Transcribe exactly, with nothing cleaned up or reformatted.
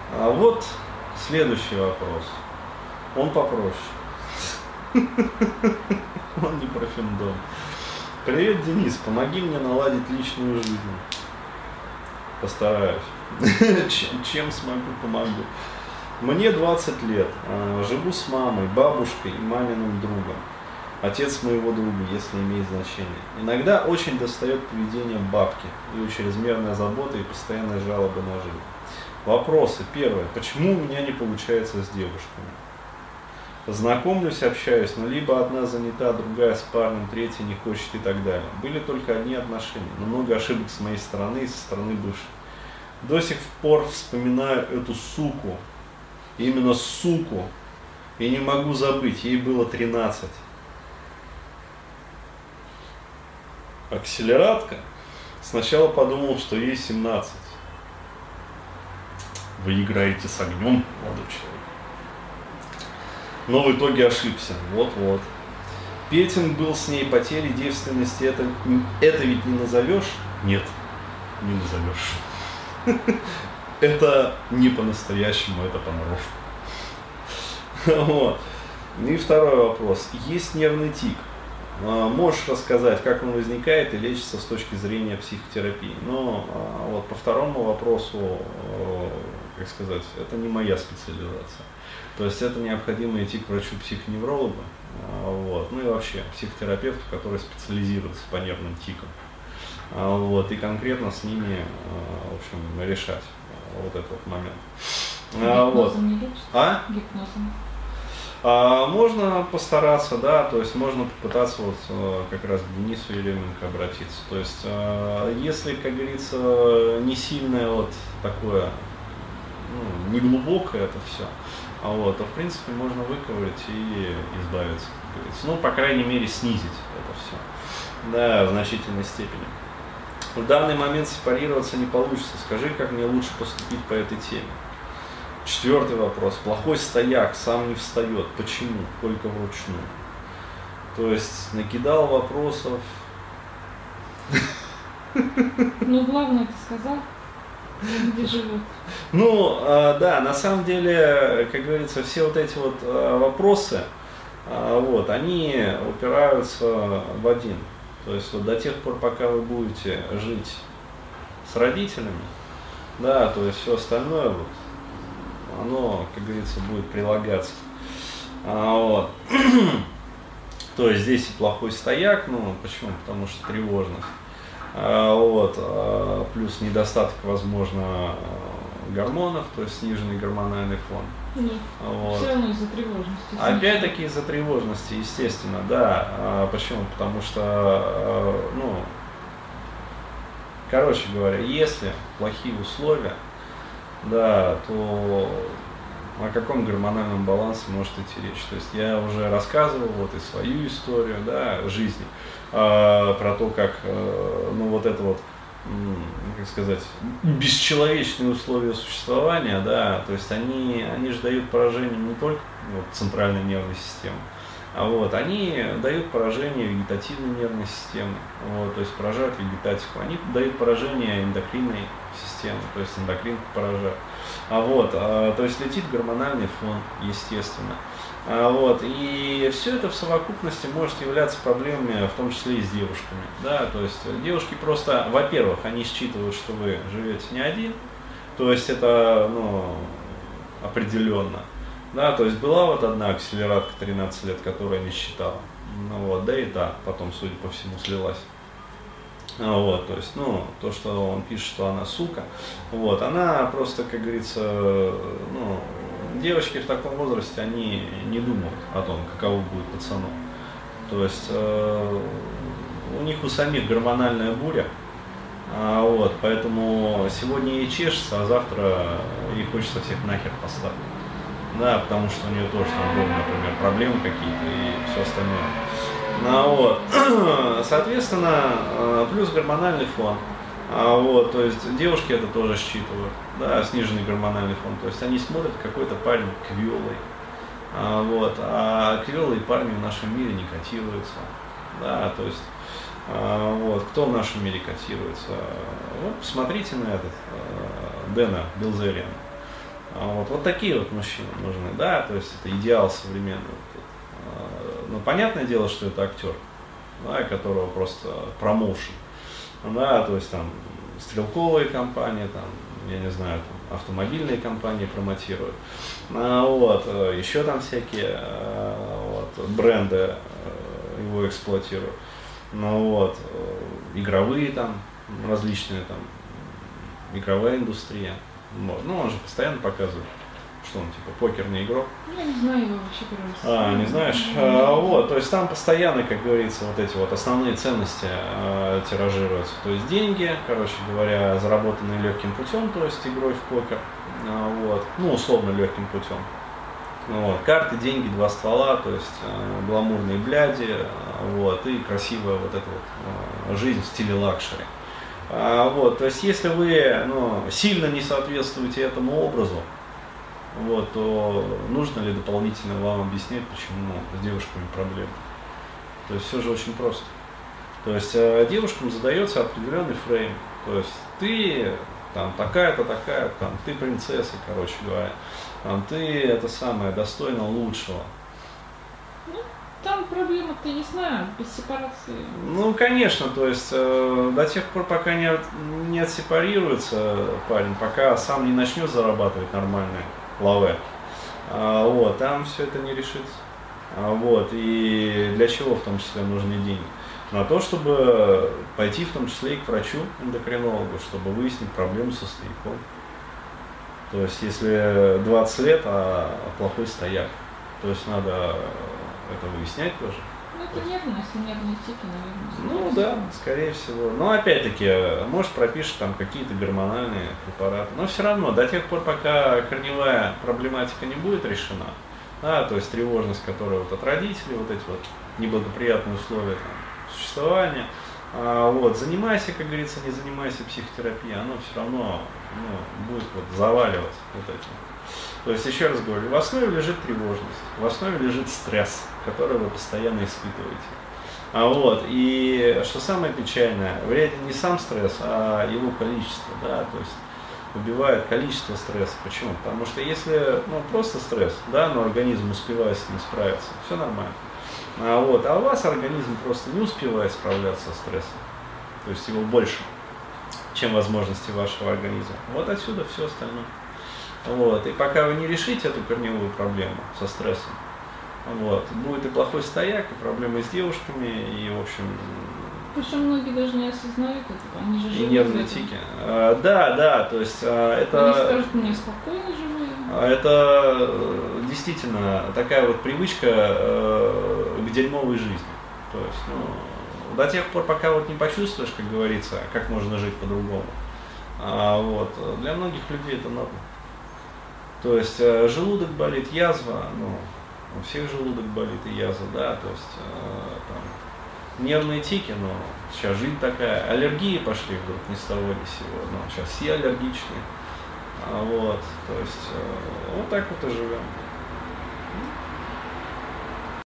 А вот следующий вопрос. Он попроще. Он не про финдом. Привет, Денис, помоги мне наладить личную жизнь. Постараюсь. Чем смогу, помогу. Мне двадцать лет. Живу с мамой, бабушкой и маминым другом. Отец моего друга, если имеет значение. Иногда очень достает поведение бабки, ее чрезмерная забота и постоянные жалобы на жизнь. Вопросы. Первое. Почему у меня не получается с девушками? Знакомлюсь, общаюсь, но либо одна занята, другая с парнем, третья не хочет и так далее. Были только одни отношения, но много ошибок с моей стороны и со стороны бывшей. До сих пор вспоминаю эту суку, именно суку, и не могу забыть, ей было тринадцать. Акселератка. Сначала подумал, что ей семнадцать. Вы играете с огнем, молодой человек. Но в итоге ошибся. Вот-вот. Петинг был с ней, потери девственности. Это, это ведь не назовешь? Нет, не назовешь. Это не по-настоящему, это понарошку. Вот. И второй вопрос. Есть нервный тик. Можешь рассказать, как он возникает и лечится с точки зрения психотерапии? Но вот по второму вопросу, как сказать, это не моя специализация. То есть это необходимо идти к врачу-психоневрологу, вот, ну и вообще психотерапевту, который специализируется по нервным тикам. Вот, и конкретно с ними, в общем, решать вот этот вот момент. Гипнозом Вот. не лечится? А? Гипнозом. А, можно постараться, да, то есть можно попытаться вот как раз к Денису Еременко обратиться. То есть, если, как говорится, не сильное вот такое, ну, не глубокое это все, вот, то в принципе можно выковырять и избавиться, как говорится. Ну, по крайней мере, снизить это все, да, в значительной степени. В данный момент сепарироваться не получится. Скажи, как мне лучше поступить по этой теме. Четвертый вопрос. Плохой стояк, сам не встает. Почему? Только вручную. То есть накидал вопросов. Ну, главное, ты сказал, где живет. Ну, да, на самом деле, как говорится, все вот эти вот вопросы, вот, они упираются в один. То есть вот до тех пор, пока вы будете жить с родителями, да, то есть все остальное вот, оно, как говорится, будет прилагаться. А, вот. То есть здесь и плохой стояк, ну почему? Потому что тревожность. А, вот. А, плюс недостаток, возможно, гормонов, то есть сниженный гормональный фон. Нет, вот. Все равно из-за тревожности. Опять-таки из-за тревожности, естественно, да. А, почему? Потому что, ну, короче говоря, если плохие условия, да, то о каком гормональном балансе может идти речь? То есть я уже рассказывал вот и свою историю, да, жизни, э, про то, как, э, ну вот это вот, э, как сказать, бесчеловечные условия существования, да, то есть они, они же дают поражение не только вот, центральной нервной системы, а вот, они дают поражение вегетативной нервной системы, вот, то есть поражают вегетатику, они дают поражение эндокринной системы, то есть эндокрин поражает. А вот, а, то есть летит гормональный фон, естественно. А, вот, и все это в совокупности может являться проблемами, в том числе и с девушками. Да, то есть девушки просто, во-первых, они считывают, что вы живете не один, то есть это, ну, определенно. Да, то есть была вот одна акселератка тринадцать лет, которая не считала. Ну, вот, да и та потом, судя по всему, слилась. Вот, то есть, ну, то, что он пишет, что она сука, вот, она просто, как говорится, ну, девочки в таком возрасте, они не думают о том, каково будет пацану. То есть, э, у них у самих гормональная буря, а, вот, поэтому сегодня ей чешется, а завтра ей хочется всех нахер послать. Да, потому что у нее тоже там были, например, проблемы какие-то и все остальное. Ну, вот. Соответственно, плюс гормональный фон. А, вот, то есть девушки это тоже считывают, да, сниженный гормональный фон. То есть они смотрят, какой-то парень квелый. А, вот, а квелые парни в нашем мире не котируются. Да, то есть, а, вот, кто в нашем мире котируется? Вот посмотрите на этот Дэна Билзериана. А Вот, вот такие вот мужчины нужны, да, то есть это идеал современный. Вот, а, ну, понятное дело, что это актер, да, которого просто промоушен, да, то есть там стрелковые компании, там, я не знаю, там, автомобильные компании промотируют, а, вот, еще там всякие а, вот, бренды а, его эксплуатируют, ну, вот, игровые там, различные там, игровая индустрия. Вот. Ну, он же постоянно показывает, что он типа покерный игрок. Я не знаю его вообще первый раз. А, не знаешь? А, вот, то есть там постоянно, как говорится, вот эти вот основные ценности а, тиражируются. То есть деньги, короче говоря, заработанные легким путем, то есть игрой в покер. А, вот, ну, условно легким путем. Вот, карты, деньги, два ствола, то есть а, гламурные бляди, а, вот, и красивая вот эта вот а, жизнь в стиле лакшери. А, вот, то есть, если вы ну, сильно не соответствуете этому образу, вот, то нужно ли дополнительно вам объяснять, почему с девушками проблемы? То есть все же очень просто. То есть девушкам задается определенный фрейм. То есть ты там такая-то такая, там ты принцесса, короче говоря, там ты это самое достойна лучшего. Там проблема-то, не знаю, без сепарации. Ну, конечно, то есть э, до тех пор, пока не, от- не отсепарируется парень, пока сам не начнет зарабатывать нормальные лаве, а, вот, там все это не решится. А, вот, и для чего в том числе нужны деньги? На то, чтобы пойти в том числе и к врачу, эндокринологу, чтобы выяснить проблему со стояком. То есть, если двадцать лет, а плохой стояк, то есть надо это выяснять тоже. Ну, это нервно, если нервные тики, наверное. Ну да, скорее всего. Но опять-таки, может пропишет там какие-то гормональные препараты. Но все равно, до тех пор, пока корневая проблематика не будет решена, да, то есть тревожность, которая вот от родителей, вот эти вот неблагоприятные условия там, существования, а, вот, занимайся, как говорится, не занимайся психотерапией, оно все равно ну, будет вот заваливать вот этим. То есть, еще раз говорю, в основе лежит тревожность, в основе лежит стресс, который вы постоянно испытываете. А вот, и что самое печальное, вреден не сам стресс, а его количество, да, то есть убивает количество стресса. Почему? Потому что если ну, просто стресс, да, но организм успевает с ним справиться, все нормально. А, вот, а у вас организм просто не успевает справляться со стрессом, то есть его больше, чем возможности вашего организма. Вот отсюда все остальное. Вот. И пока вы не решите эту корневую проблему со стрессом, вот, будет и плохой стояк, и проблемы с девушками, и, в общем, Причем многие даже не осознают этого, они же и живут нервные в этом. тики. А, да, да, то есть а, Они это, скажут, мне спокойно живу. а, это э, действительно такая вот привычка э, к дерьмовой жизни. То есть, ну, до тех пор, пока вот не почувствуешь, как говорится, как можно жить по-другому, а, вот, для многих людей это норма. То есть э, желудок болит, язва, ну, у всех желудок болит и язва, да, то есть э, там, нервные тики, но сейчас жизнь такая, аллергии пошли вдруг ни с того ни с сего, ну, сейчас все аллергичные, а, вот, то есть э, вот так вот и живем.